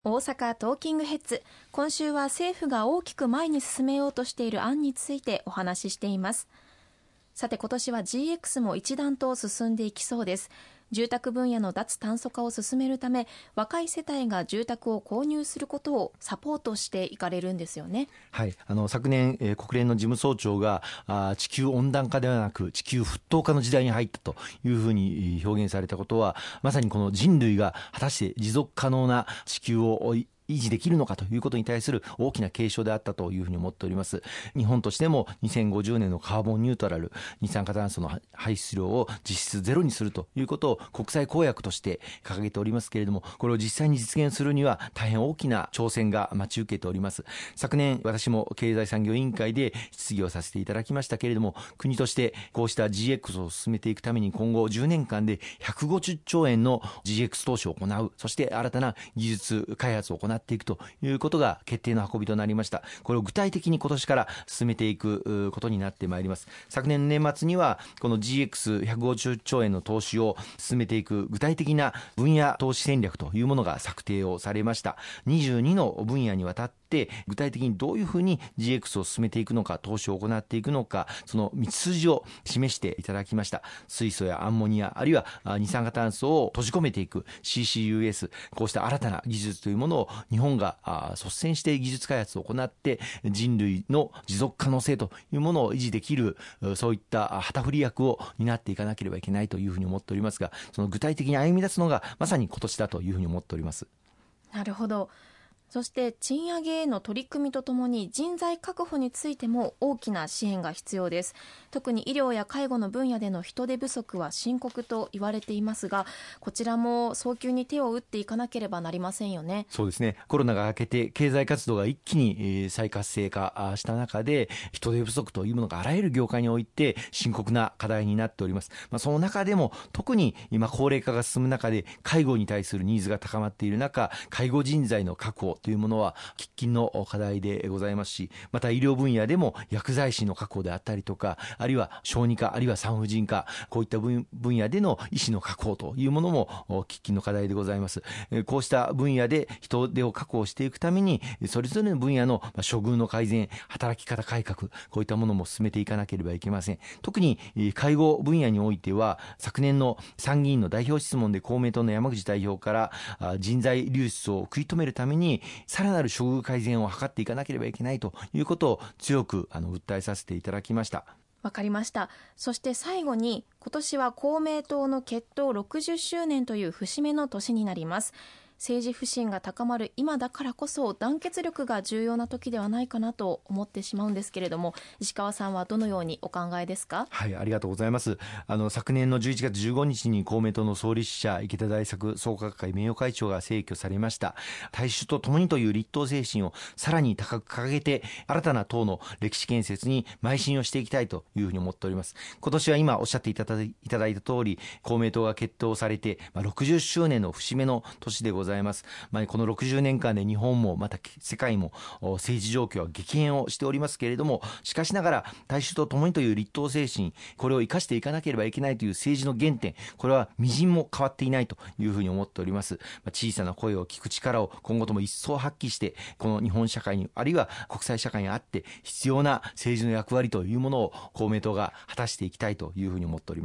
大阪トーキングヘッズ。今週は政府が大きく前に進めようとしている案についてお話ししています。さて、今年は GX も一段と進んでいきそうです。住宅分野の脱炭素化を進めるため、若い世帯が住宅を購入することをサポートしていかれるんですよね。 はい、昨年、国連の事務総長が地球温暖化ではなく地球沸騰化の時代に入ったというふうに表現されたことは、まさにこの人類が果たして持続可能な地球を維持できるのかということに対する大きな警鐘であったというふうに思っております。日本としても2050年のカーボンニュートラル、二酸化炭素の排出量を実質ゼロにするということを国際公約として掲げておりますけれども、これを実際に実現するには大変大きな挑戦が待ち受けております。昨年私も経済産業委員会で質疑をさせていただきましたけれども、国としてこうした GX を進めていくために今後10年間で150兆円の GX 投資を行う、そして新たな技術開発を行っていくということが決定の運びとなりました。これを具体的に今年から進めていくことになってまいります。昨年の年末にはこの GX150 兆円の投資を進めていく具体的な分野投資戦略というものが策定をされました。22の分野にわたって具体的にどういうふうに GX を進めていくのか、投資を行っていくのか、その道筋を示していただきました。水素やアンモニア、あるいは二酸化炭素を閉じ込めていく CCUS、 こうした新たな技術というものを日本が率先して技術開発を行って人類の持続可能性というものを維持できる、そういった旗振り役を担っていかなければいけないというふうに思っておりますが、その具体的に歩み出すのがまさに今年だというふうに思っております。 なるほど。そして賃上げへの取り組みとともに人材確保についても大きな支援が必要です。特に医療や介護の分野での人手不足は深刻と言われていますが、こちらも早急に手を打っていかなければなりませんよね。 そうですね。コロナが明けて経済活動が一気に再活性化した中で、人手不足というものがあらゆる業界において深刻な課題になっております。その中でも特に今高齢化が進む中で介護に対するニーズが高まっている中、介護人材の確保というものは喫緊の課題でございますし、また医療分野でも薬剤師の確保であったりとか、あるいは小児科、あるいは産婦人科、こういった分野での医師の確保というものも喫緊の課題でございます。こうした分野で人手を確保していくために、それぞれの分野の処遇の改善、働き方改革、こういったものも進めていかなければいけません。特に介護分野においては、昨年の参議院の代表質問で公明党の山口代表から人材流出を食い止めるためにさらなる処遇改善を図っていかなければいけないということを強く訴えさせていただきました。 わかりました。そして最後に、今年は公明党の結党60周年という節目の年になります。政治不信が高まる今だからこそ団結力が重要な時ではないかなと思ってしまうんですけれども、石川さんはどのようにお考えですか？ はい、ありがとうございます。昨年の11月15日に公明党の創立者池田大作創価学会名誉会長が逝去されました。大衆と共にという立党精神をさらに高く掲げて、新たな党の歴史建設に邁進をしていきたいというふうに思っております。今年は今おっしゃっていただいた通り、公明党が結党されて、60周年の節目の年でございます。この60年間で日本もまた世界も政治状況は激変をしておりますけれども、しかしながら大衆と共にという立党精神、これを生かしていかなければいけないという政治の原点、これは微塵も変わっていないというふうに思っております。小さな声を聞く力を今後とも一層発揮して、この日本社会に、あるいは国際社会にあって必要な政治の役割というものを公明党が果たしていきたいというふうに思っております。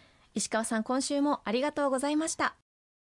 はい、ありがとうございます。石川さん、今週もありがとうございました。